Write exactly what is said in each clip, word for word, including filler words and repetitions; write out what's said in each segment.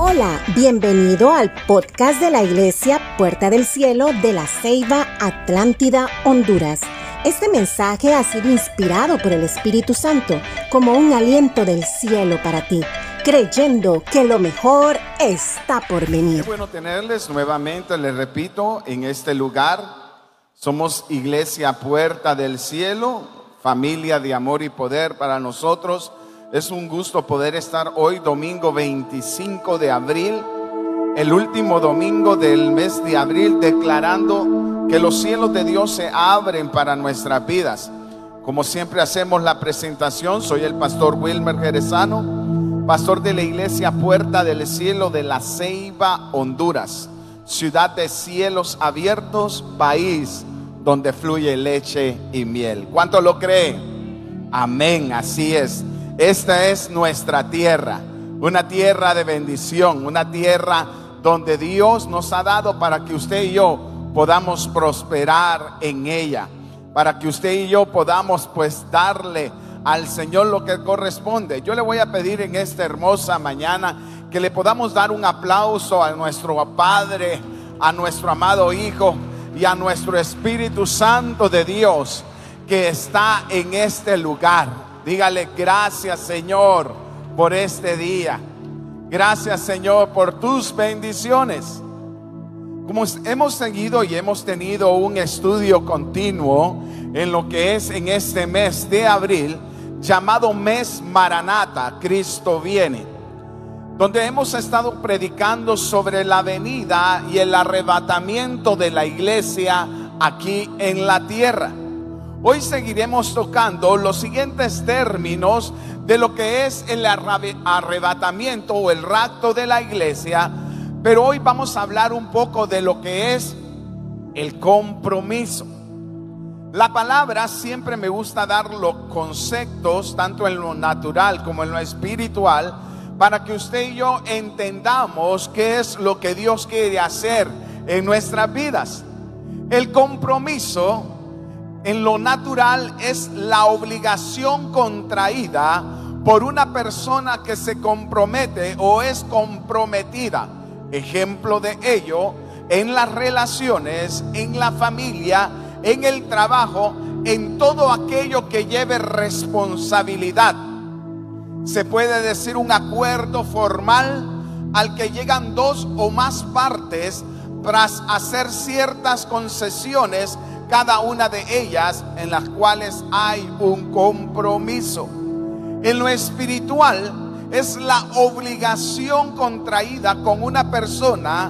Hola, bienvenido al podcast de la Iglesia Puerta del Cielo de La Ceiba, Atlántida, Honduras. Este mensaje ha sido inspirado por el Espíritu Santo como un aliento del cielo para ti, creyendo que lo mejor está por venir. Qué bueno tenerles nuevamente, les repito, en este lugar. Somos Iglesia Puerta del Cielo, familia de amor y poder para nosotros. Es un gusto poder estar hoy, domingo veinticinco de abril, el último domingo del mes de abril, declarando que los cielos de Dios se abren para nuestras vidas. Como siempre hacemos la presentación, soy el pastor Wilmer Jerezano, pastor de la Iglesia Puerta del Cielo de La Ceiba, Honduras, ciudad de cielos abiertos, país donde fluye leche y miel. ¿Cuánto lo creen? Amén, así es. Esta es nuestra tierra, una tierra de bendición, una tierra donde Dios nos ha dado para que usted y yo podamos prosperar en ella, para que usted y yo podamos pues darle al Señor lo que corresponde. Yo le voy a pedir en esta hermosa mañana que le podamos dar un aplauso a nuestro Padre, a nuestro amado Hijo y a nuestro Espíritu Santo de Dios que está en este lugar. Dígale: gracias, Señor, por este día. Gracias, Señor, por tus bendiciones. Como hemos seguido y hemos tenido un estudio continuo en lo que es en este mes de abril, llamado Mes Maranata, Cristo viene, donde hemos estado predicando sobre la venida y el arrebatamiento de la iglesia aquí en la tierra. Hoy seguiremos tocando los siguientes términos de lo que es el arrebatamiento o el rapto de la iglesia, pero hoy vamos a hablar un poco de lo que es el compromiso. La palabra, siempre me gusta dar los conceptos, tanto en lo natural como en lo espiritual, para que usted y yo entendamos qué es lo que Dios quiere hacer en nuestras vidas. El compromiso en lo natural es la obligación contraída por una persona que se compromete o es comprometida. Ejemplo de ello en las relaciones, en la familia, en el trabajo, en todo aquello que lleve responsabilidad. Se puede decir un acuerdo formal al que llegan dos o más partes tras hacer ciertas concesiones, cada una de ellas en las cuales hay un compromiso. En lo espiritual es la obligación contraída con una persona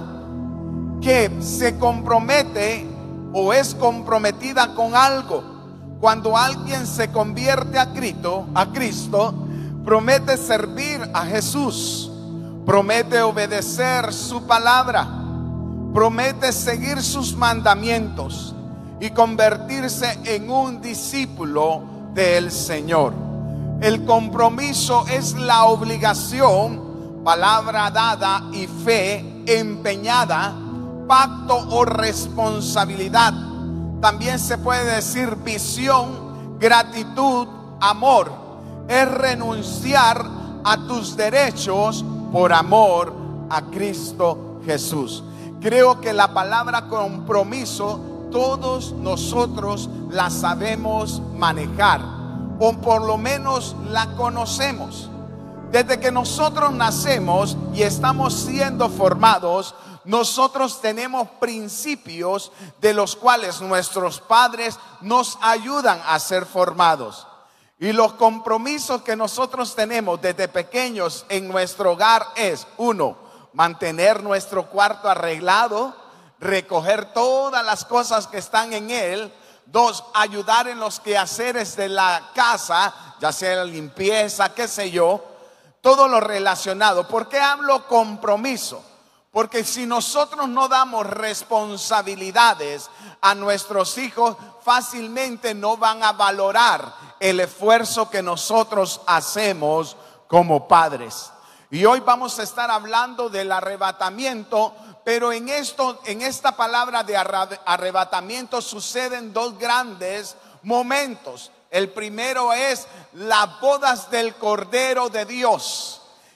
que se compromete o es comprometida con algo. Cuando alguien se convierte a Cristo, a Cristo, promete servir a Jesús, promete obedecer su palabra, promete seguir sus mandamientos y convertirse en un discípulo del Señor. El compromiso es la obligación, palabra dada y fe empeñada, pacto o responsabilidad. También se puede decir visión, gratitud, amor. Es renunciar a tus derechos por amor a Cristo Jesús. Creo que la palabra compromiso todos nosotros la sabemos manejar, o por lo menos la conocemos. Desde que nosotros nacemos y estamos siendo formados, nosotros tenemos principios de los cuales nuestros padres nos ayudan a ser formados. Y los compromisos que nosotros tenemos desde pequeños en nuestro hogar es: uno, mantener nuestro cuarto arreglado, recoger todas las cosas que están en él. Dos, ayudar en los quehaceres de la casa, ya sea la limpieza, qué sé yo, todo lo relacionado. ¿Por qué hablo compromiso? Porque si nosotros no damos responsabilidades a nuestros hijos, fácilmente no van a valorar el esfuerzo que nosotros hacemos como padres. Y hoy vamos a estar hablando del arrebatamiento, pero en esto, en esta palabra de arrebatamiento suceden dos grandes momentos. El primero es las bodas del Cordero de Dios.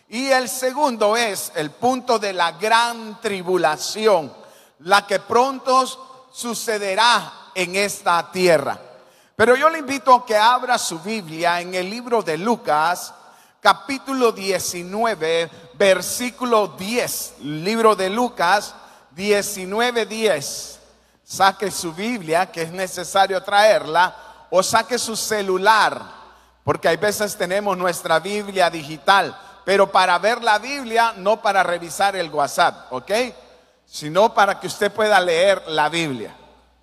Y el segundo es el punto de la gran tribulación, la que pronto sucederá en esta tierra. Pero yo le invito a que abra su Biblia en el libro de Lucas, capítulo diecinueve, versículo diez. Libro de Lucas diecinueve, diez. Saque su Biblia, que es necesario traerla, o saque su celular, porque hay veces tenemos nuestra Biblia digital, pero para ver la Biblia, no para revisar el WhatsApp, ¿ok? Sino para que usted pueda leer la Biblia.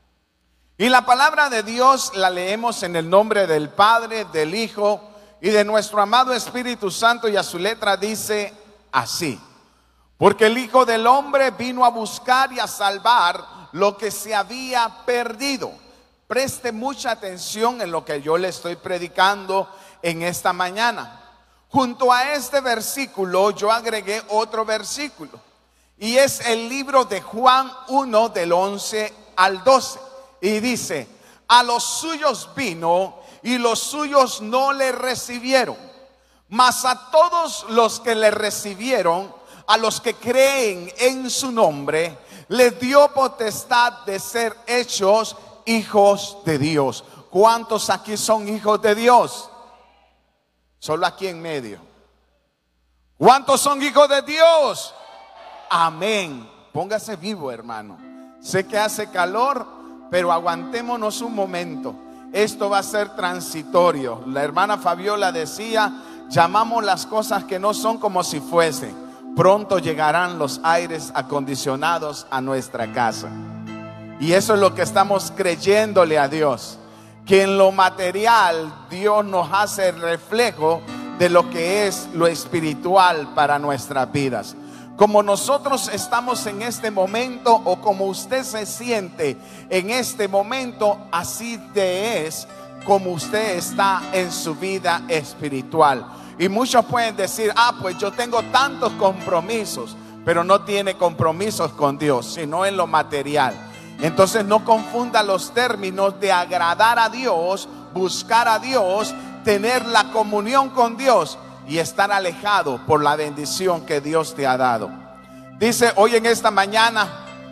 Y la palabra de Dios la leemos en el nombre del Padre, del Hijo y de nuestro amado Espíritu Santo, y a su letra dice así: porque el Hijo del Hombre vino a buscar y a salvar lo que se había perdido. Preste mucha atención en lo que yo le estoy predicando en esta mañana. Junto a este versículo yo agregué otro versículo, y es el libro de Juan uno, del once al doce, y dice: a los suyos vino y los suyos no le recibieron, mas a todos los que le recibieron, a los que creen en su nombre, les dio potestad de ser hechos hijos de Dios. ¿Cuántos aquí son hijos de Dios? Solo aquí en medio. ¿Cuántos son hijos de Dios? Amén. Póngase vivo, hermano. Sé que hace calor, pero aguantémonos un momento. Esto va a ser transitorio. La hermana Fabiola decía: llamamos las cosas que no son como si fuesen. Pronto llegarán los aires acondicionados a nuestra casa. Y eso es lo que estamos creyéndole a Dios, que en lo material Dios nos hace reflejo de lo que es lo espiritual para nuestras vidas. Como nosotros estamos en este momento, o como usted se siente en este momento, así de es como usted está en su vida espiritual. Y muchos pueden decir: ah, pues yo tengo tantos compromisos, pero no tiene compromisos con Dios, sino en lo material. Entonces no confunda los términos de agradar a Dios, buscar a Dios, tener la comunión con Dios y estar alejado por la bendición que Dios te ha dado. Dice, hoy en esta mañana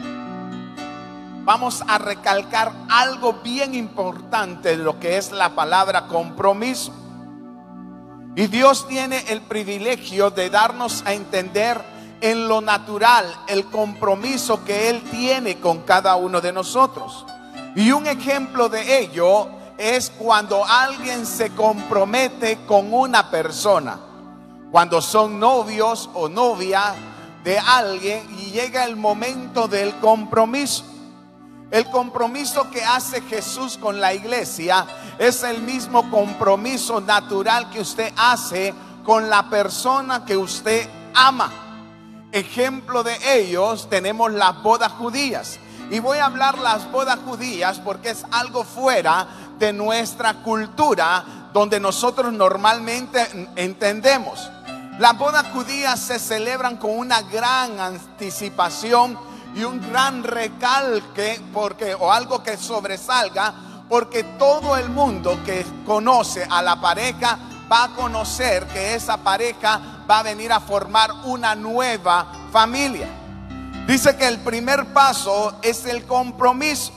vamos a recalcar algo bien importante de lo que es la palabra compromiso. Y Dios tiene el privilegio de darnos a entender en lo natural el compromiso que Él tiene con cada uno de nosotros. Y un ejemplo de ello es cuando alguien se compromete con una persona, cuando son novios o novia de alguien y llega el momento del compromiso. El compromiso que hace Jesús con la iglesia es el mismo compromiso natural que usted hace con la persona que usted ama. Ejemplo de ellos tenemos las bodas judías. Y voy a hablar las bodas judías porque es algo fuera de nuestra cultura, donde nosotros normalmente entendemos. Las bodas judías se celebran con una gran anticipación y un gran recalque, porque, o algo que sobresalga, porque todo el mundo que conoce a la pareja va a conocer que esa pareja va a venir a formar una nueva familia. Dice que el primer paso es el compromiso.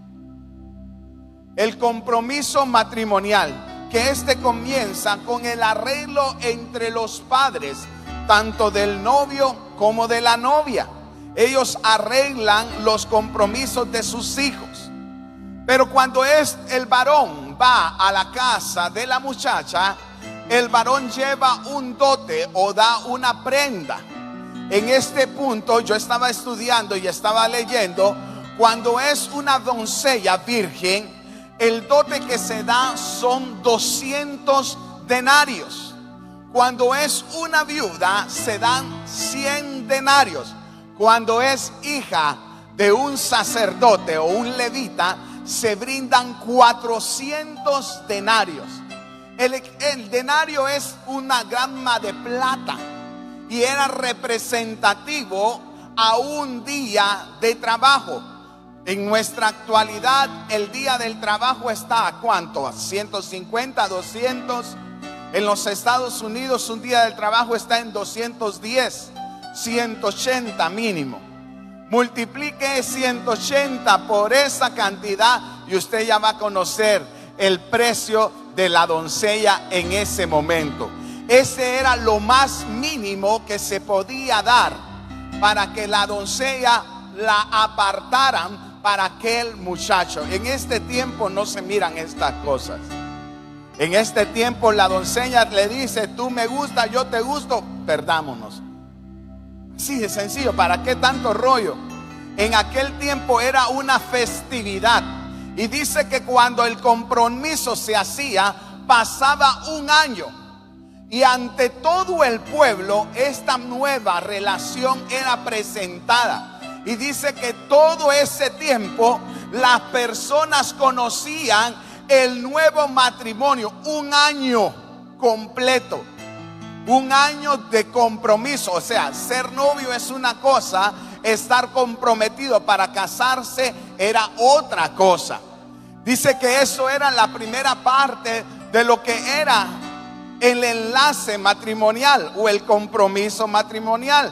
El compromiso matrimonial, que este comienza con el arreglo entre los padres, tanto del novio como de la novia. Ellos arreglan los compromisos de sus hijos. Pero cuando es el varón va a la casa de la muchacha, el varón lleva un dote o da una prenda. En este punto yo estaba estudiando y estaba leyendo, cuando es una doncella virgen, el dote que se da son doscientos denarios. Cuando es una viuda se dan cien denarios. Cuando es hija de un sacerdote o un levita, se brindan cuatrocientos denarios. El, el denario es una grama de plata y era representativo a un día de trabajo. En nuestra actualidad, el día del trabajo está ¿a cuánto? ¿A ciento cincuenta, doscientos? En los Estados Unidos un día del trabajo está en doscientos diez, ciento ochenta mínimo. Multiplique ciento ochenta por esa cantidad y usted ya va a conocer el precio de la doncella en ese momento. Ese era lo más mínimo que se podía dar para que la doncella la apartaran para aquel muchacho. En este tiempo no se miran estas cosas. En este tiempo la doncella le dice: tú me gustas, yo te gusto, perdámonos. Así de sencillo. ¿Para qué tanto rollo? En aquel tiempo era una festividad. Y dice que cuando el compromiso se hacía, pasaba un año. Y ante todo el pueblo, esta nueva relación era presentada. Y dice que todo ese tiempo las personas conocían el nuevo matrimonio, un año completo, un año de compromiso. O sea, ser novio es una cosa, estar comprometido para casarse era otra cosa. Dice que eso era la primera parte de lo que era el enlace matrimonial o el compromiso matrimonial.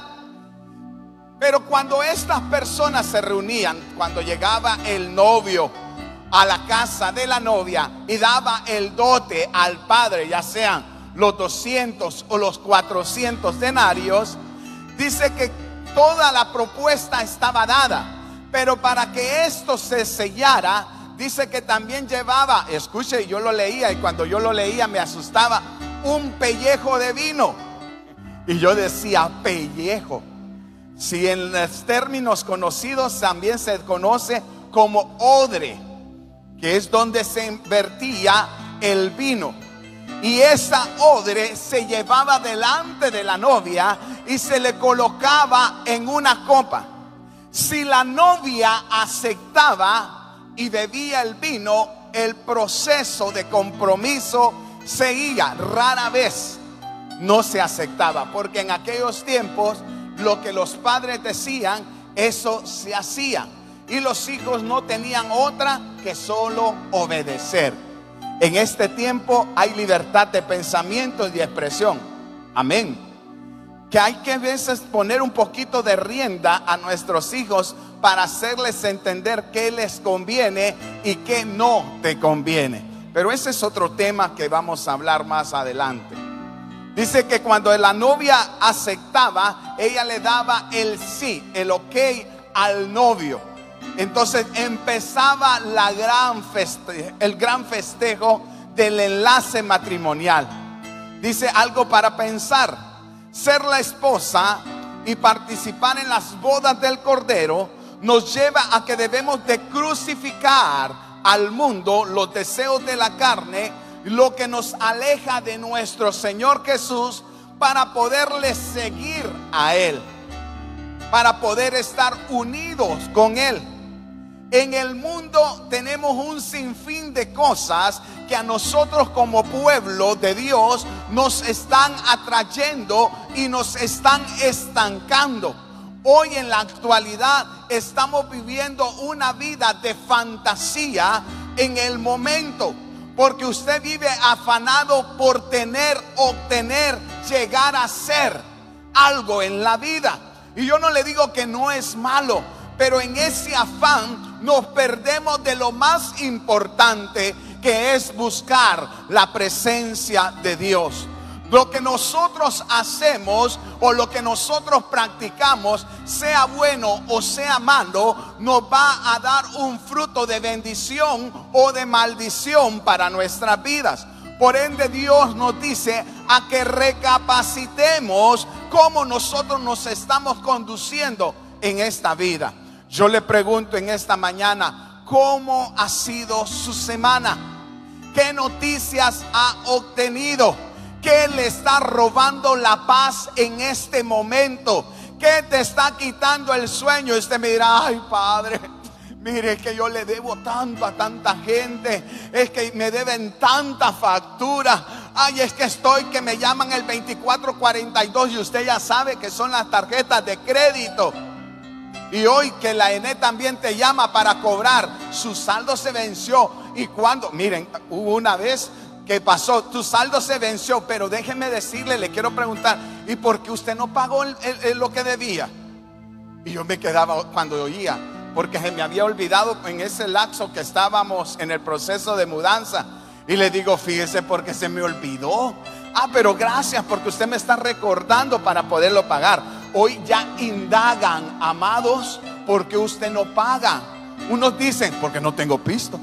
Pero cuando estas personas se reunían, cuando llegaba el novio a la casa de la novia y daba el dote al padre, ya sean los doscientos o los cuatrocientos denarios, dice que toda la propuesta estaba dada. Pero para que esto se sellara, dice que también llevaba, escuche, yo lo leía y cuando yo lo leía me asustaba, un pellejo de vino. Y yo decía, pellejo, si en los términos conocidos también se conoce como odre, que es donde se vertía el vino. Y esa odre se llevaba delante de la novia y se le colocaba en una copa. Si la novia aceptaba y bebía el vino, el proceso de compromiso seguía. Rara vez no se aceptaba, porque en aquellos tiempos lo que los padres decían, eso se hacía. Y los hijos no tenían otra que solo obedecer. En este tiempo hay libertad de pensamiento y de expresión. Amén. Que hay que a veces poner un poquito de rienda a nuestros hijos para hacerles entender qué les conviene y qué no te conviene. Pero ese es otro tema que vamos a hablar más adelante. Dice que cuando la novia aceptaba, ella le daba el sí, el ok al novio. Entonces empezaba la gran feste- el gran festejo del enlace matrimonial. Dice algo para pensar: ser la esposa y participar en las bodas del Cordero nos lleva a que debemos de crucificar al mundo, los deseos de la carne, lo que nos aleja de nuestro Señor Jesús, para poderle seguir a Él, para poder estar unidos con Él. En el mundo tenemos un sinfín de cosas que a nosotros como pueblo de Dios nos están atrayendo y nos están estancando. Hoy en la actualidad estamos viviendo una vida de fantasía en el momento, porque usted vive afanado por tener, obtener, llegar a ser algo en la vida. Y yo no le digo que no es malo, pero en ese afán nos perdemos de lo más importante, que es buscar la presencia de Dios. Lo que nosotros hacemos o lo que nosotros practicamos, sea bueno o sea malo, nos va a dar un fruto de bendición o de maldición para nuestras vidas. Por ende, Dios nos dice a que recapacitemos cómo nosotros nos estamos conduciendo en esta vida. Yo le pregunto en esta mañana, ¿cómo ha sido su semana? ¿Qué noticias ha obtenido? ¿Qué le está robando la paz en este momento? ¿Qué te está quitando el sueño? Usted me dirá, ay padre, mire que yo le debo tanto a tanta gente, es que me deben tanta factura. Ay, es que estoy que me llaman el veinticuatro cuarenta y dos y usted ya sabe que son las tarjetas de crédito. Y hoy que la E N E también te llama para cobrar, su saldo se venció. Y cuando, miren, hubo una vez ¿qué pasó? Tu saldo se venció, pero déjeme decirle, le quiero preguntar, ¿y por qué usted no pagó el, el, el, lo que debía? Y yo me quedaba cuando oía, porque se me había olvidado en ese lapso que estábamos en el proceso de mudanza. Y le digo, fíjese, porque se me olvidó. Ah, pero gracias porque usted me está recordando para poderlo pagar. Hoy ya indagan, amados, porque usted no paga. Unos dicen, porque no tengo pisto.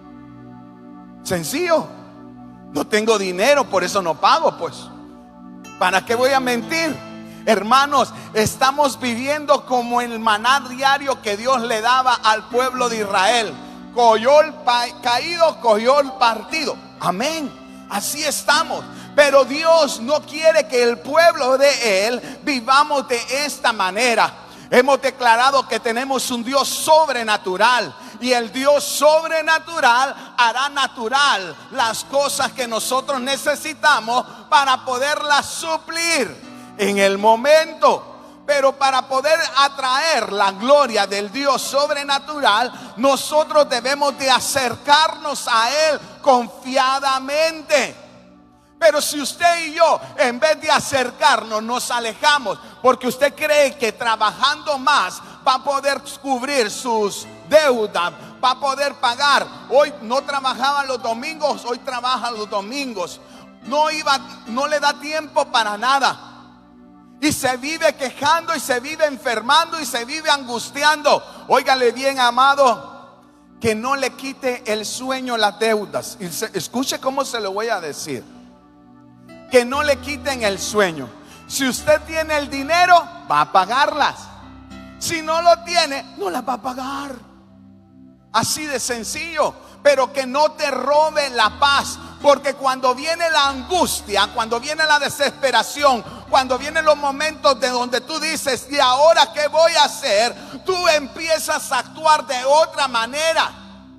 Sencillo. No tengo dinero, por eso no pago, pues. ¿Para qué voy a mentir? Hermanos, estamos viviendo como el maná diario que Dios le daba al pueblo de Israel. Coyol caído, coyol partido. Amén. Así estamos. Pero Dios no quiere que el pueblo de Él vivamos de esta manera. Hemos declarado que tenemos un Dios sobrenatural, y el Dios sobrenatural hará natural las cosas que nosotros necesitamos para poderlas suplir en el momento. Pero para poder atraer la gloria del Dios sobrenatural, nosotros debemos de acercarnos a Él confiadamente. Pero si usted y yo, en vez de acercarnos, nos alejamos, porque usted cree que trabajando más va a poder cubrir sus deudas, va a poder pagar. Hoy no trabajaba los domingos, hoy trabaja los domingos. No iba, no le da tiempo para nada. Y se vive quejando, y se vive enfermando, y se vive angustiando. Óigale bien, amado, que no le quite el sueño las deudas. Y se, escuche cómo se lo voy a decir. Que no le quiten el sueño. Si usted tiene el dinero, va a pagarlas. Si no lo tiene, no las va a pagar. Así de sencillo. Pero que no te robe la paz. Porque cuando viene la angustia, cuando viene la desesperación, cuando vienen los momentos de donde tú dices, ¿y ahora qué voy a hacer? Tú empiezas a actuar de otra manera.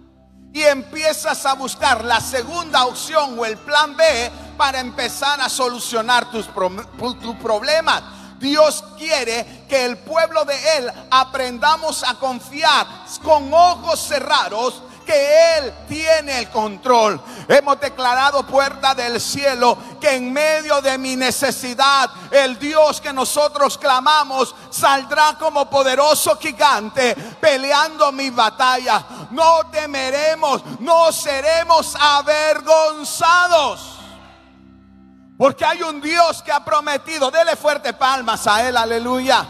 Y empiezas a buscar la segunda opción o el plan B para empezar a solucionar tus, pro, tus problemas. Dios quiere que el pueblo de Él aprendamos a confiar con ojos cerrados que Él tiene el control. Hemos declarado, puerta del cielo, que en medio de mi necesidad, el Dios que nosotros clamamos saldrá como poderoso gigante peleando mi batalla. No temeremos, no seremos avergonzados, porque hay un Dios que ha prometido. Dele fuerte palmas a Él, aleluya.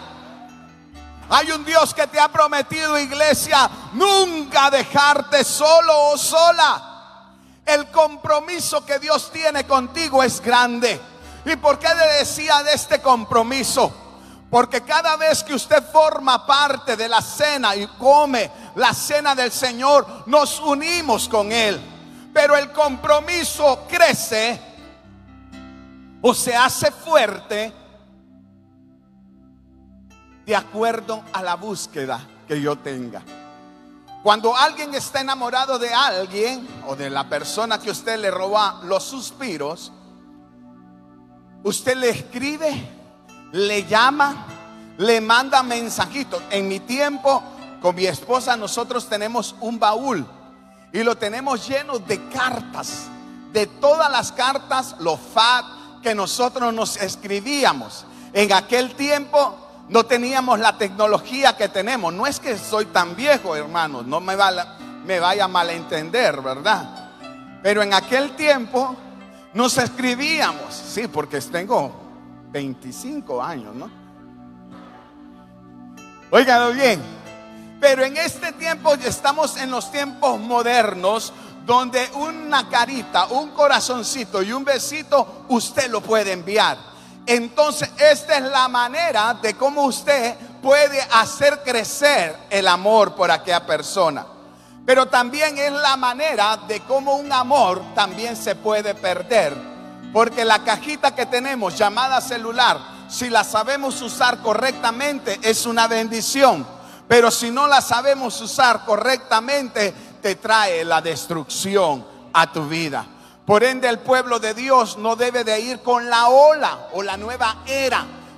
Hay un Dios que te ha prometido, iglesia, nunca dejarte solo o sola. El compromiso que Dios tiene contigo es grande. ¿Y por qué le decía de este compromiso? Porque cada vez que usted forma parte de la cena y come la cena del Señor, nos unimos con Él. Pero el compromiso crece o se hace fuerte de acuerdo a la búsqueda que yo tenga. Cuando alguien está enamorado de alguien o de la persona que usted le roba los suspiros, usted le escribe, le llama, le manda mensajitos. En mi tiempo con mi esposa nosotros tenemos un baúl y lo tenemos lleno de cartas, de todas las cartas, los fax que nosotros nos escribíamos. En aquel tiempo no teníamos la tecnología que tenemos. No es que soy tan viejo, hermanos, no me, va, me vaya a malentender, ¿verdad? Pero en aquel tiempo nos escribíamos. Sí, porque tengo veinticinco años, ¿no? Óiganlo bien. Pero en este tiempo estamos en los tiempos modernos, donde una carita, un corazoncito y un besito usted lo puede enviar. Entonces esta es la manera de cómo usted puede hacer crecer el amor por aquella persona. Pero también es la manera de cómo un amor también se puede perder. Porque la cajita que tenemos llamada celular, si la sabemos usar correctamente, es una bendición. Pero si no la sabemos usar correctamente, te trae la destrucción a tu vida. Por ende, el pueblo de Dios no debe de ir con la ola o la nueva era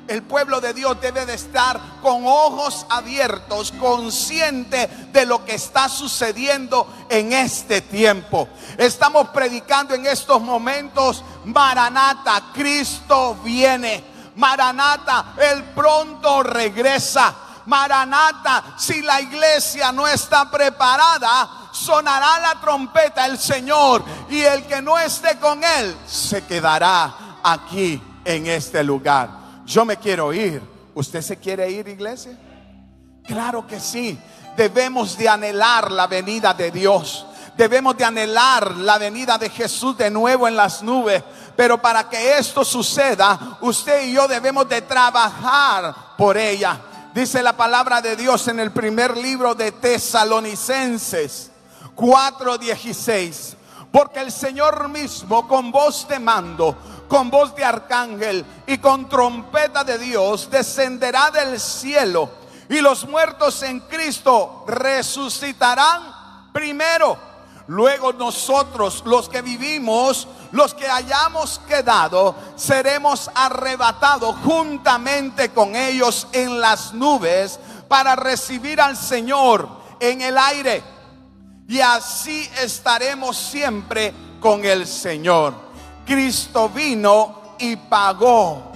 el pueblo de Dios debe de estar con ojos abiertos, consciente de lo que está sucediendo en este tiempo. Estamos predicando en estos momentos: Maranata, Cristo viene. Maranata, Él pronto regresa. Maranata, si la iglesia no está preparada, sonará la trompeta del Señor, y el que no esté con Él se quedará aquí en este lugar. Yo me quiero ir. ¿Usted se quiere ir, iglesia? Claro que sí. Debemos de anhelar la venida de Dios. Debemos de anhelar la venida de Jesús de nuevo en las nubes. Pero para que esto suceda, usted y yo debemos de trabajar por ella. Dice la palabra de Dios en el primer libro de Tesalonicenses cuatro dieciséis: porque el Señor mismo, con voz de mando, con voz de arcángel y con trompeta de Dios, descenderá del cielo, y los muertos en Cristo resucitarán primero. Luego nosotros, los que vivimos, los que hayamos quedado, seremos arrebatados juntamente con ellos en las nubes para recibir al Señor en el aire, y así estaremos siempre con el Señor. Cristo vino y pagó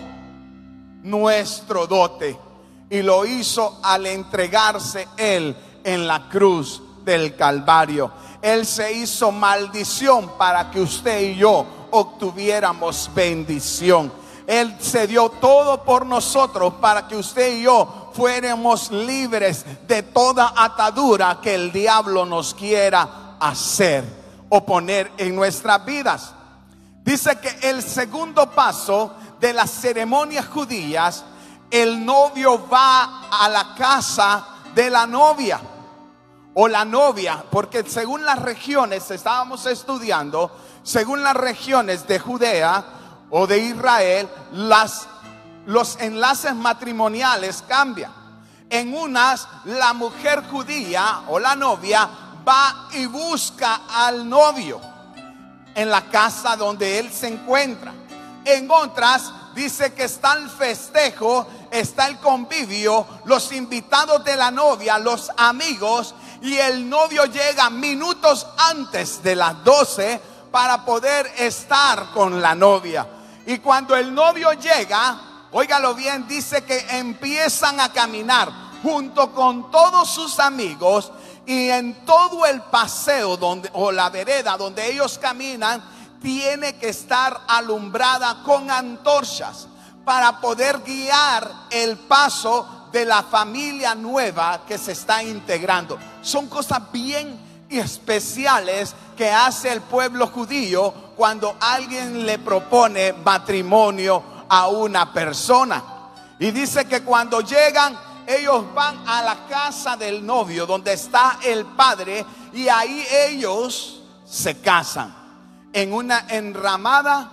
nuestro dote, y lo hizo al entregarse Él en la cruz del Calvario. Él se hizo maldición para que usted y yo obtuviéramos bendición. Él se dio todo por nosotros para que usted y yo fuéramos libres de toda atadura que el diablo nos quiera hacer o poner en nuestras vidas. Dice que el segundo paso de las ceremonias judías, el novio va a la casa de la novia o la novia, porque según las regiones, estábamos estudiando, según las regiones de Judea o de Israel, las, los enlaces matrimoniales cambian. En unas, la mujer judía o la novia va y busca al novio en la casa donde él se encuentra. En otras, dice que está el festejo, está el convivio, los invitados de la novia, los amigos, y el novio llega minutos antes de las doce para poder estar con la novia. Y cuando el novio llega, óigalo bien, dice que empiezan a caminar junto con todos sus amigos, y en todo el paseo donde, o la vereda donde ellos caminan, tiene que estar alumbrada con antorchas para poder guiar el paso de la familia nueva que se está integrando. Son cosas bien especiales que hace el pueblo judío cuando alguien le propone matrimonio a una persona. Y dice que cuando llegan, ellos van a la casa del novio donde está el padre, y ahí ellos se casan en una enramada.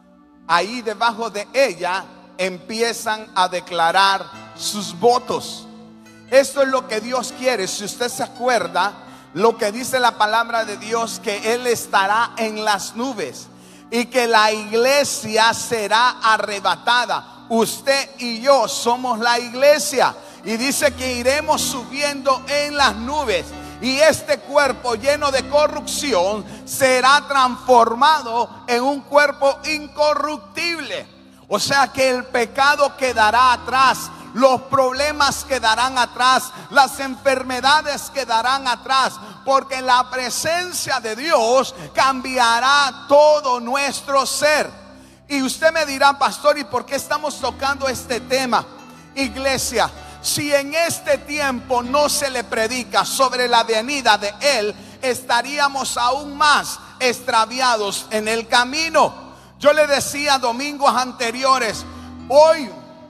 Ahí debajo de ella empiezan a declarar sus votos. Esto es lo que Dios quiere. Si usted se acuerda lo que dice la palabra de Dios, que Él estará en las nubes y que la iglesia será arrebatada. Usted y yo somos la iglesia, y dice que iremos subiendo en las nubes, y este cuerpo lleno de corrupción será transformado en un cuerpo incorruptible. O sea que el pecado quedará atrás, los problemas quedarán atrás, las enfermedades quedarán atrás, porque la presencia de Dios cambiará todo nuestro ser. Y usted me dirá: pastor, ¿y por qué estamos tocando este tema? Iglesia, si en este tiempo no se le predica sobre la venida de Él, estaríamos aún más extraviados en el camino. Yo le decía domingos anteriores, hoy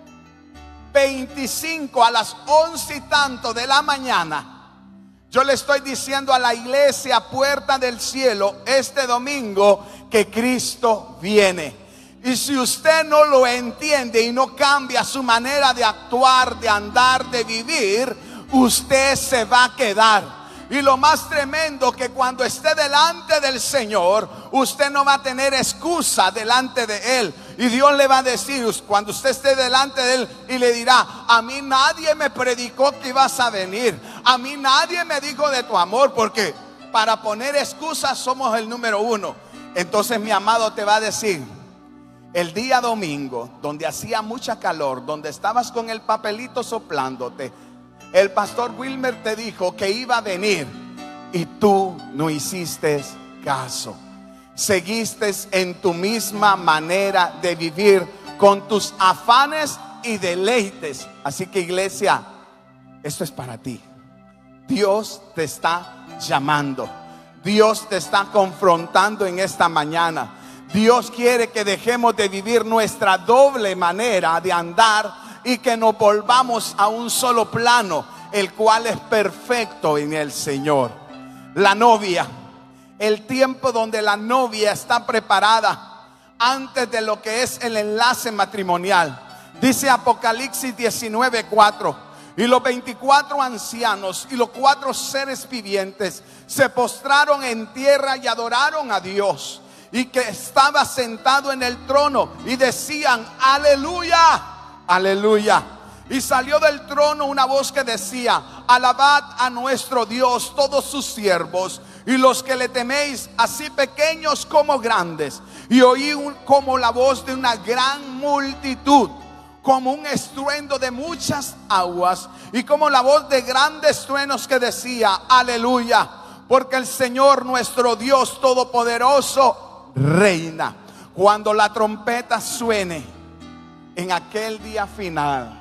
veinticinco a las once y tanto de la mañana, yo le estoy diciendo a la iglesia Puerta del Cielo este domingo que Cristo viene. Y si usted no lo entiende y no cambia su manera de actuar, de andar, de vivir, usted se va a quedar. Y lo más tremendo, que cuando esté delante del Señor, usted no va a tener excusa delante de Él. Y Dios le va a decir, cuando usted esté delante de Él, y le dirá: a mí nadie me predicó que ibas a venir, a mí nadie me dijo de tu amor, porque para poner excusas somos el número uno. Entonces mi amado te va a decir: el día domingo, donde hacía mucha calor, donde estabas con el papelito soplándote, el pastor Wilmer te dijo que iba a venir y tú no hiciste caso. Seguiste en tu misma manera de vivir, con tus afanes y deleites. Así que, iglesia, esto es para ti. Dios te está llamando. Dios te está confrontando en esta mañana. Dios quiere que dejemos de vivir nuestra doble manera de andar y que nos volvamos a un solo plano, el cual es perfecto en el Señor. La novia, el tiempo donde la novia está preparada antes de lo que es el enlace matrimonial. Dice Apocalipsis diecinueve cuatro: y los veinticuatro ancianos y los cuatro seres vivientes se postraron en tierra y adoraron a Dios, y que estaba sentado en el trono, y decían: aleluya, aleluya. Y salió del trono una voz que decía: alabad a nuestro Dios todos sus siervos, y los que le teméis, así pequeños como grandes. Y oí un, como la voz de una gran multitud, como un estruendo de muchas aguas, y como la voz de grandes truenos que decía: aleluya, porque el Señor nuestro Dios todopoderoso reina. Cuando la trompeta suene en aquel día final,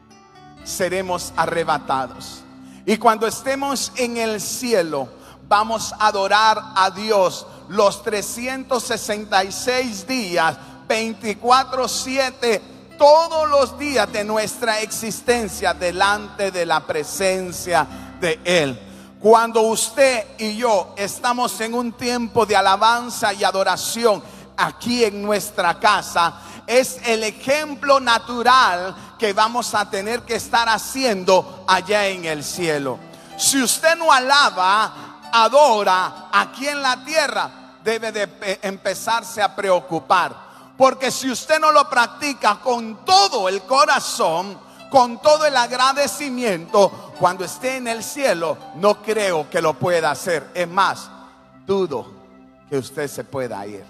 seremos arrebatados. Y cuando estemos en el cielo, vamos a adorar a Dios los trescientos sesenta y seis días, veinticuatro siete, todos los días de nuestra existencia delante de la presencia de Él. Cuando usted y yo estamos en un tiempo de alabanza y adoración aquí en nuestra casa, es el ejemplo natural que vamos a tener que estar haciendo allá en el cielo. Si usted no alaba, adora aquí en la tierra, debe de empezarse a preocupar, porque si usted no lo practica con todo el corazón, con todo el agradecimiento, cuando esté en el cielo, no creo que lo pueda hacer. Es más, dudo que usted se pueda ir.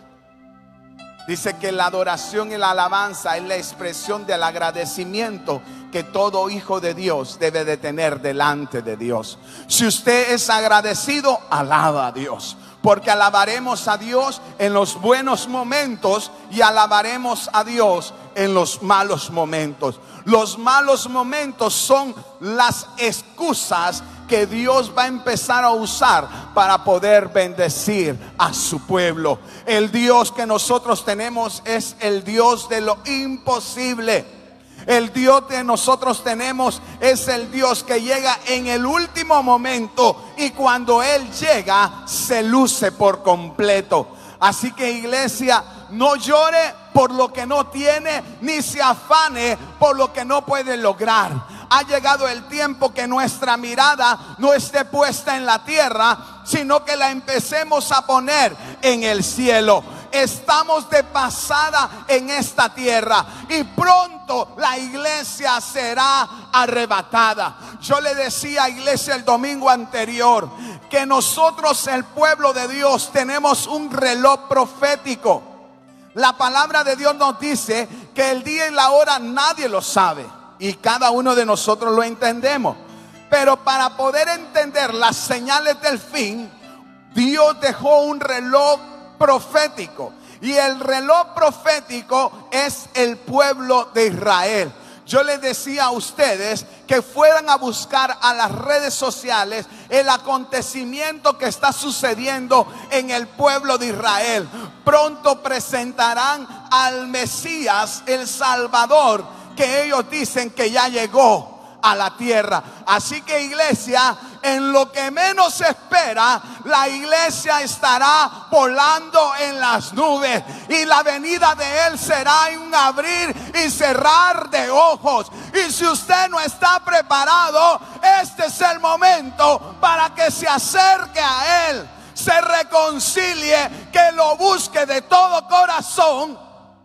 Dice que la adoración y la alabanza es la expresión del agradecimiento que todo hijo de Dios debe de tener delante de Dios. Si usted es agradecido, alaba a Dios, porque alabaremos a Dios en los buenos momentos y alabaremos a Dios en los malos momentos. Los malos momentos son las excusas que Dios va a empezar a usar para poder bendecir a su pueblo. El Dios que nosotros tenemos es el Dios de lo imposible. El Dios que nosotros tenemos es el Dios que llega en el último momento, y cuando Él llega se luce por completo. Así que, iglesia, no llore por lo que no tiene, ni se afane por lo que no puede lograr. Ha llegado el tiempo que nuestra mirada no esté puesta en la tierra, sino que la empecemos a poner en el cielo. Estamos de pasada en esta tierra y pronto la iglesia será arrebatada. Yo le decía a iglesia el domingo anterior que nosotros, el pueblo de Dios, tenemos un reloj profético. La palabra de Dios nos dice que el día y la hora nadie lo sabe, y cada uno de nosotros lo entendemos. Pero para poder entender las señales del fin, Dios dejó un reloj profético, y el reloj profético es el pueblo de Israel. Yo les decía a ustedes que fueran a buscar a las redes sociales el acontecimiento que está sucediendo en el pueblo de Israel. Pronto presentarán al Mesías, el Salvador, que ellos dicen que ya llegó a la tierra. Así que, iglesia, en lo que menos se espera, la iglesia estará volando en las nubes, y la venida de Él será en un abrir y cerrar de ojos. Y si usted no está preparado, este es el momento para que se acerque a Él, se reconcilie, que lo busque de todo corazón,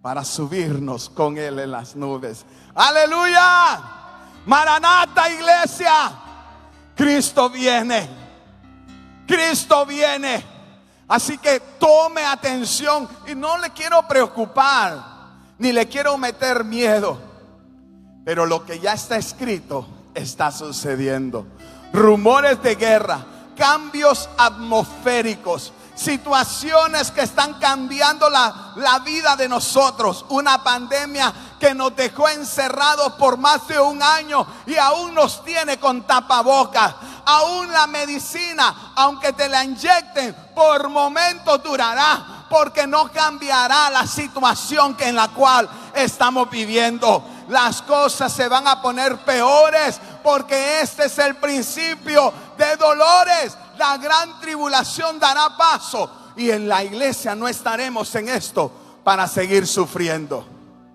para subirnos con Él en las nubes. ¡Aleluya! Maranata, iglesia. Cristo viene. Cristo viene. Así que tome atención. Y no le quiero preocupar, ni le quiero meter miedo. Pero lo que ya está escrito está sucediendo. Rumores de guerra, cambios atmosféricos, situaciones que están cambiando la, la vida de nosotros. Una pandemia que nos dejó encerrados por más de un año y aún nos tiene con tapabocas. Aún la medicina, aunque te la inyecten, por momentos durará, porque no cambiará la situación que en la cual estamos viviendo. Las cosas se van a poner peores, porque este es el principio de dolores. La gran tribulación dará paso, y en la iglesia no estaremos en esto para seguir sufriendo.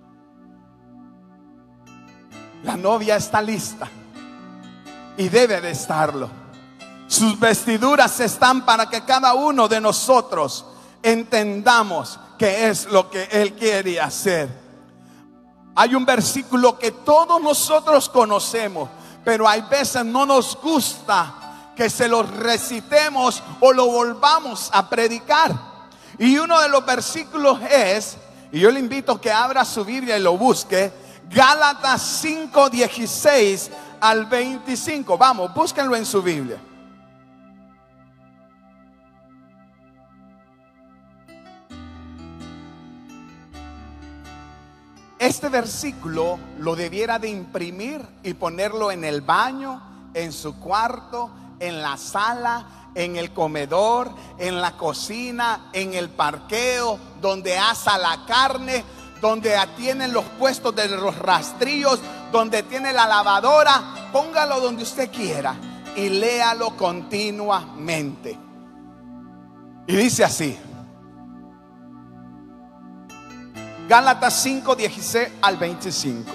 La novia está lista y debe de estarlo. Sus vestiduras están para que cada uno de nosotros entendamos qué es lo que Él quiere hacer. Hay un versículo que todos nosotros conocemos, pero hay veces no nos gusta que se lo recitemos o lo volvamos a predicar. Y uno de los versículos es, y yo le invito a que abra su Biblia y lo busque, Gálatas cinco, dieciséis al veinticinco. Vamos, búsquenlo en su Biblia. Este versículo lo debiera de imprimir y ponerlo en el baño, en su cuarto, en la sala, en el comedor, en la cocina, en el parqueo, donde asa la carne, donde tienen los puestos de los rastrillos, donde tiene la lavadora. Póngalo donde usted quiera y léalo continuamente. Y dice así: Gálatas cinco, dieciséis al veinticinco.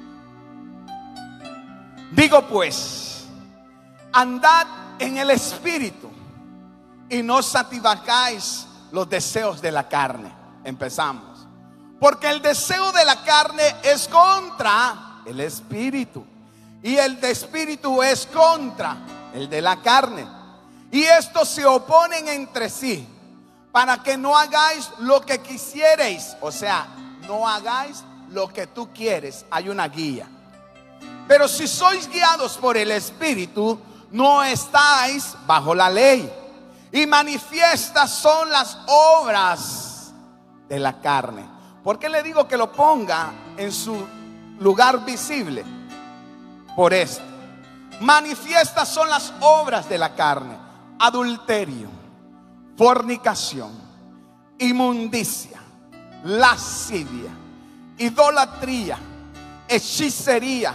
Digo pues, andad en el Espíritu y no satisfagáis los deseos de la carne. Empezamos. Porque el deseo de la carne es contra el Espíritu, y el de Espíritu es contra el de la carne, y estos se oponen entre sí, para que no hagáis lo que quisierais. O sea, no hagáis lo que tú quieres. Hay una guía. Pero si sois guiados por el Espíritu, no estáis bajo la ley. Y manifiestas son las obras de la carne. ¿Por qué le digo que lo ponga en su lugar visible? Por esto. Manifiestas son las obras de la carne: adulterio, fornicación, inmundicia, lascivia, idolatría, hechicería,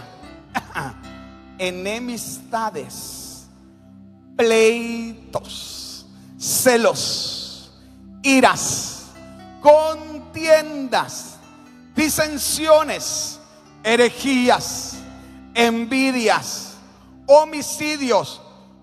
enemistades, pleitos, celos, iras, contiendas, disensiones, herejías, envidias, homicidios,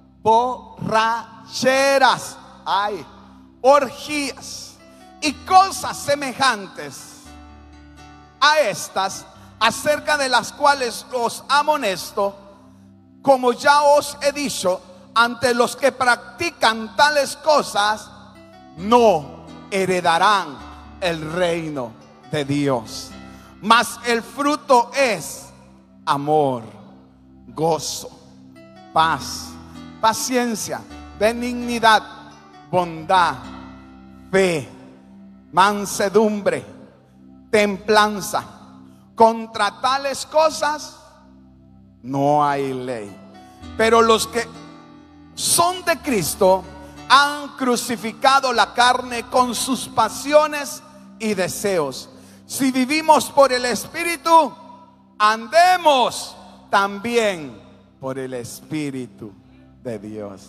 borracheras, ay, orgías y cosas semejantes a estas, acerca de las cuales os amonesto, como ya os he dicho, ante los que practican tales cosas no heredarán el reino de Dios. Mas el fruto es amor, gozo, paz, paciencia, benignidad, bondad, fe, mansedumbre, templanza. Contra tales cosas no hay ley. Pero los que son de Cristo han crucificado la carne con sus pasiones y deseos. Si vivimos por el Espíritu, andemos también por el Espíritu de Dios.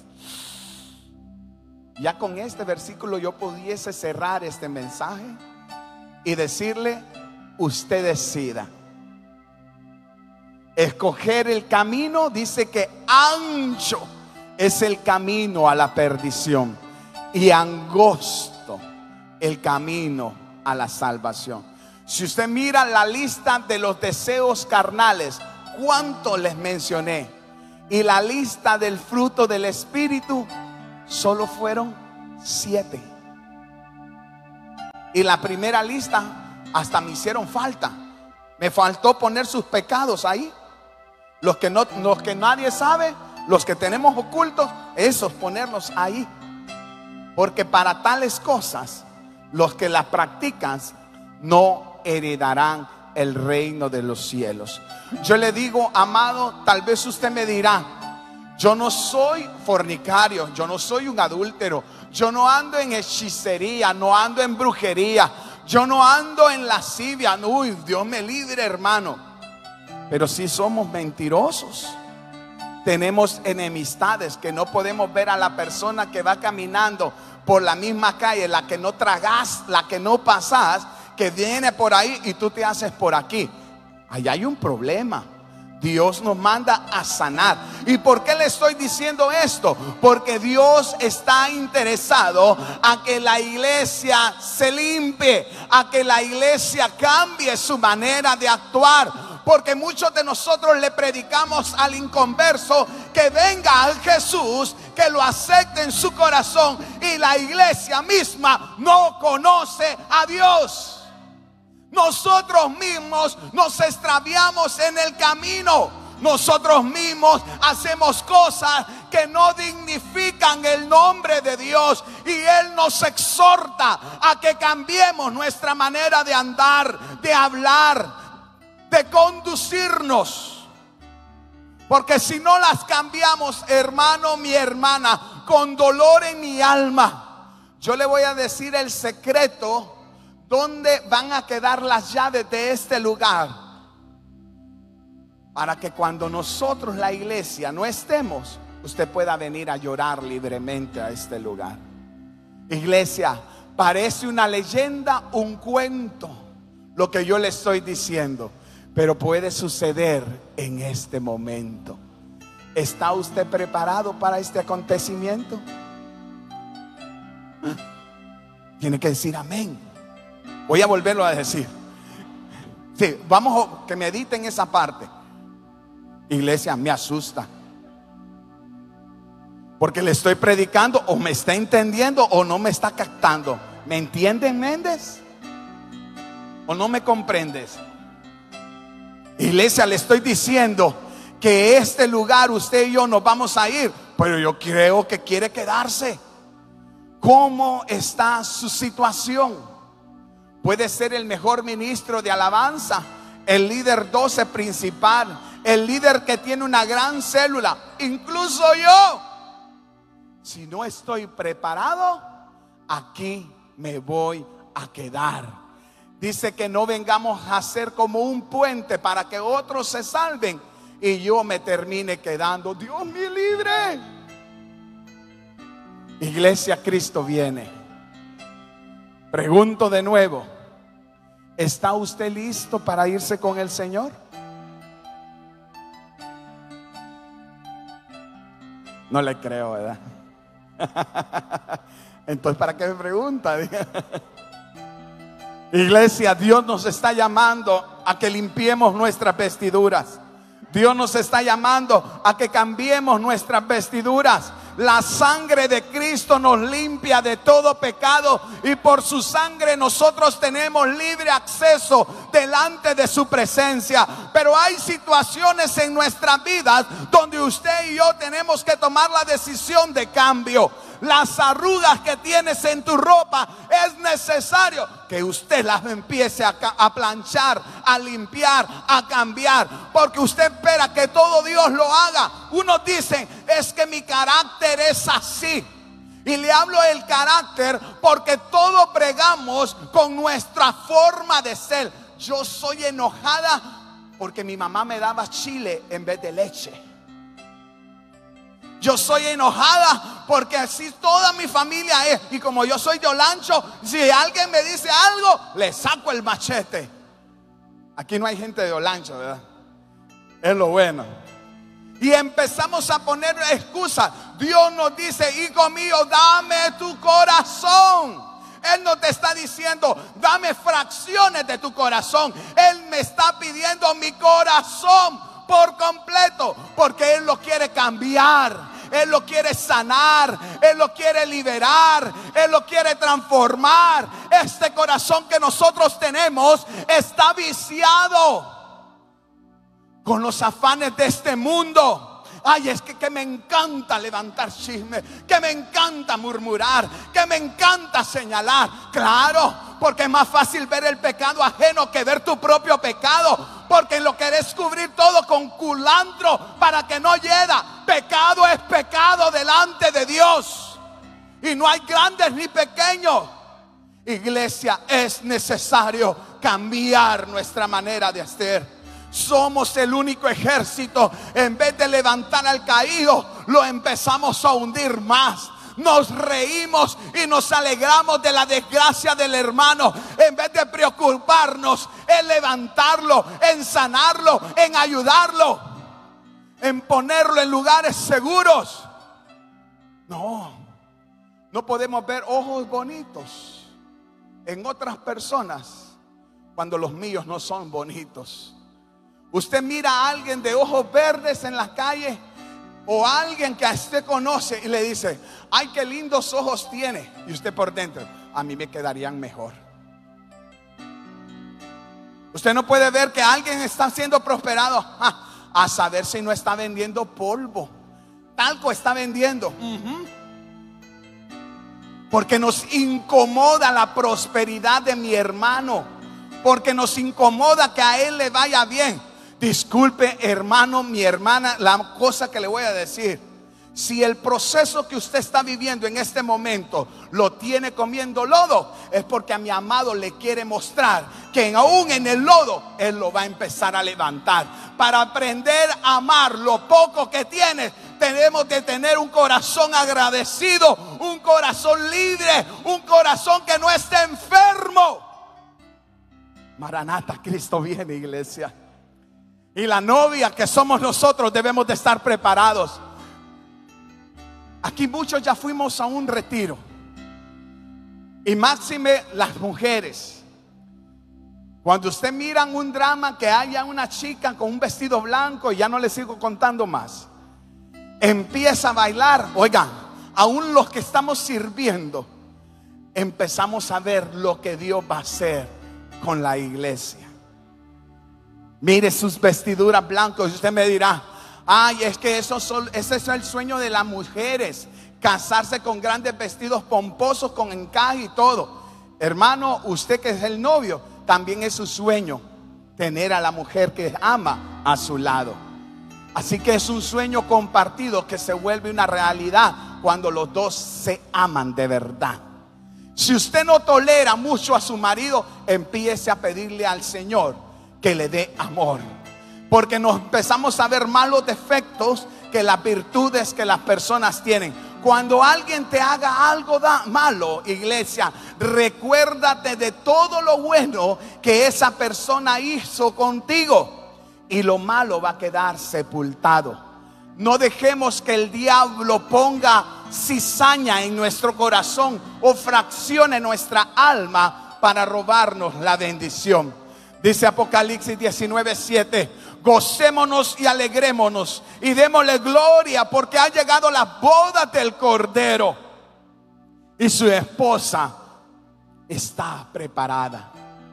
Ya con este versículo yo pudiese cerrar este mensaje y decirle: usted decida. Escoger el camino, dice que ancho es el camino a la perdición y angosto el camino a la salvación. Si usted mira la lista de los deseos carnales, ¿cuánto les mencioné? Y la lista del fruto del Espíritu solo fueron siete. Y la primera lista hasta me hicieron falta. Me faltó poner sus pecados ahí. Los que, no, los que nadie sabe, los que tenemos ocultos, esos ponerlos ahí. Porque para tales cosas, los que las practican no heredarán el reino de los cielos. Yo le digo, amado, tal vez usted me dirá: yo no soy fornicario, yo no soy un adúltero, yo no ando en hechicería, no ando en brujería, yo no ando en lascivia. Uy, Dios me libre, hermano. Pero sí somos mentirosos. Tenemos enemistades, que no podemos ver a la persona que va caminando por la misma calle, la que no tragas, la que no pasas, que viene por ahí y tú te haces por aquí. Ahí hay un problema. Dios nos manda a sanar. ¿Y por qué le estoy diciendo esto? Porque Dios está interesado a que la iglesia se limpie, a que la iglesia cambie su manera de actuar. Porque muchos de nosotros le predicamos al inconverso que venga a Jesús, que lo acepte en su corazón, y la iglesia misma no conoce a Dios. Nosotros mismos nos extraviamos en el camino. Nosotros mismos hacemos cosas que no dignifican el nombre de Dios. Y Él nos exhorta a que cambiemos nuestra manera de andar, de hablar, de conducirnos. Porque si no las cambiamos, hermano, mi hermana, con dolor en mi alma, yo le voy a decir el secreto. ¿Dónde van a quedar las llaves de este lugar? Para que cuando nosotros, la iglesia, no estemos, usted pueda venir a llorar libremente a este lugar. Iglesia, parece una leyenda, un cuento, lo que yo le estoy diciendo, pero puede suceder en este momento. ¿Está usted preparado para este acontecimiento? Tiene que decir amén. Voy a volverlo a decir. Sí, vamos a que mediten esa parte. Iglesia, me asusta, porque le estoy predicando, o me está entendiendo o no me está captando. ¿Me entienden, Méndez? ¿O no me comprendes? Iglesia, le estoy diciendo que este lugar usted y yo nos vamos a ir, pero yo creo que quiere quedarse. ¿Cómo está su situación? Puede ser el mejor ministro de alabanza, el líder doce principal, el líder que tiene una gran célula, incluso yo. Si no estoy preparado, aquí me voy a quedar. Dice que no vengamos a ser como un puente para que otros se salven y yo me termine quedando. Dios me libre. Iglesia, Cristo viene. Pregunto de nuevo: ¿está usted listo para irse con el Señor? No le creo, ¿verdad? Entonces, ¿para qué me pregunta? Iglesia, Dios nos está llamando a que limpiemos nuestras vestiduras. Dios nos está llamando a que cambiemos nuestras vestiduras. La sangre de Cristo nos limpia de todo pecado, y por su sangre nosotros tenemos libre acceso delante de su presencia. Pero hay situaciones en nuestras vidas donde usted y yo tenemos que tomar la decisión de cambio. Las arrugas que tienes en tu ropa, es necesario que usted las empiece a, a planchar, a limpiar, a cambiar, porque usted espera que todo Dios lo haga. Unos dicen: es que mi carácter es así. Y le hablo del carácter porque todos bregamos con nuestra forma de ser. Yo soy enojada porque mi mamá me daba chile en vez de leche. Yo soy enojada porque así toda mi familia es. Y como yo soy de Olancho, si alguien me dice algo, le saco el machete. Aquí no hay gente de Olancho, ¿verdad? Es lo bueno. Y empezamos a poner excusas. Dios nos dice: hijo mío, dame tu corazón. Él no te está diciendo, dame fracciones de tu corazón. Él me está pidiendo mi corazón por completo, porque Él lo quiere cambiar. Él lo quiere sanar, Él lo quiere liberar, Él lo quiere transformar. Este corazón que nosotros tenemos está viciado con los afanes de este mundo. Ay, es que, que me encanta levantar chisme, que me encanta murmurar, que me encanta señalar. Claro, porque es más fácil ver el pecado ajeno que ver tu propio pecado. Porque lo querés cubrir todo con culantro para que no hieda. Pecado es pecado delante de Dios. Y no hay grandes ni pequeños. Iglesia, es necesario cambiar nuestra manera de hacer. Somos el único ejército. En vez de levantar al caído, lo empezamos a hundir más. Nos reímos y nos alegramos de la desgracia del hermano, en vez de preocuparnos en levantarlo, en sanarlo, en ayudarlo, en ponerlo en lugares seguros. No, no podemos ver ojos bonitos en otras personas cuando los míos no son bonitos. Usted mira a alguien de ojos verdes en la calle, o alguien que a usted conoce y le dice, ay, qué lindos ojos tiene. Y usted por dentro, a mí me quedarían mejor. Usted no puede ver que alguien está siendo prosperado, ja, a saber si no está vendiendo polvo. Talco está vendiendo. Uh-huh. Porque nos incomoda la prosperidad de mi hermano. Porque nos incomoda que a él le vaya bien. Disculpe, hermano, mi hermana, la cosa que le voy a decir: si el proceso que usted está viviendo en este momento lo tiene comiendo lodo, es porque a mi amado le quiere mostrar que aún en el lodo Él lo va a empezar a levantar. Para aprender a amar lo poco que tiene, tenemos que tener un corazón agradecido, un corazón libre, un corazón que no esté enfermo. Maranata, Cristo viene, iglesia. Y la novia que somos nosotros debemos de estar preparados. Aquí muchos ya fuimos a un retiro. Y máxime las mujeres. Cuando usted mira un drama que haya una chica con un vestido blanco, y ya no le sigo contando más, empieza a bailar. Oigan, aún los que estamos sirviendo, empezamos a ver lo que Dios va a hacer con la iglesia. Mire sus vestiduras blancas. Y usted me dirá, ay, es que eso son, ese es el sueño de las mujeres, casarse con grandes vestidos pomposos, con encaje y todo. Hermano, usted que es el novio, también es su sueño tener a la mujer que ama a su lado. Así que es un sueño compartido que se vuelve una realidad cuando los dos se aman de verdad. Si usted no tolera mucho a su marido, empiece a pedirle al Señor que le dé amor, porque nos empezamos a ver malos defectos que las virtudes que las personas tienen. Cuando alguien te haga algo da malo, iglesia, recuérdate de todo lo bueno que esa persona hizo contigo, y lo malo va a quedar sepultado. No dejemos que el diablo ponga cizaña en nuestro corazón o fraccione nuestra alma para robarnos la bendición. Dice Apocalipsis diecinueve siete, gocémonos y alegrémonos y démosle gloria, porque ha llegado la boda del Cordero y su esposa está preparada.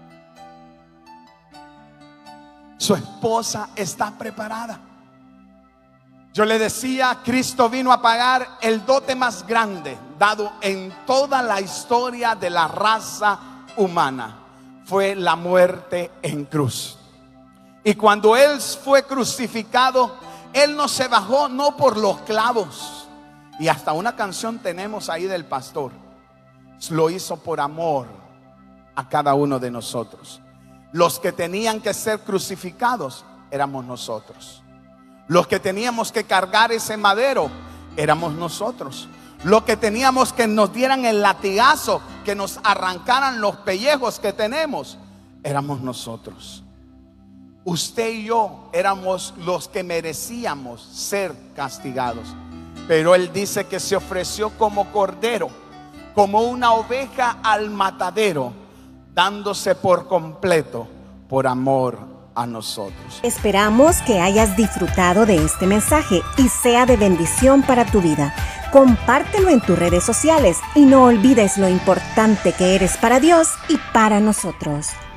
Su esposa está preparada. Yo le decía, Cristo vino a pagar el dote más grande dado en toda la historia de la raza humana. Fue la muerte en cruz. Y cuando Él fue crucificado, Él no se bajó no por los clavos. Y hasta una canción tenemos ahí del pastor. Lo hizo por amor a cada uno de nosotros. Los que tenían que ser crucificados éramos nosotros. Los que teníamos que cargar ese madero éramos nosotros. Los que teníamos que nos dieran el latigazo, que nos arrancaran los pellejos que tenemos, éramos nosotros. Usted y yo éramos los que merecíamos ser castigados, pero Él dice que se ofreció como cordero como una oveja al matadero, dándose por completo por amor a nosotros. Esperamos que hayas disfrutado de este mensaje y sea de bendición para tu vida. Compártelo en tus redes sociales y no olvides lo importante que eres para Dios y para nosotros.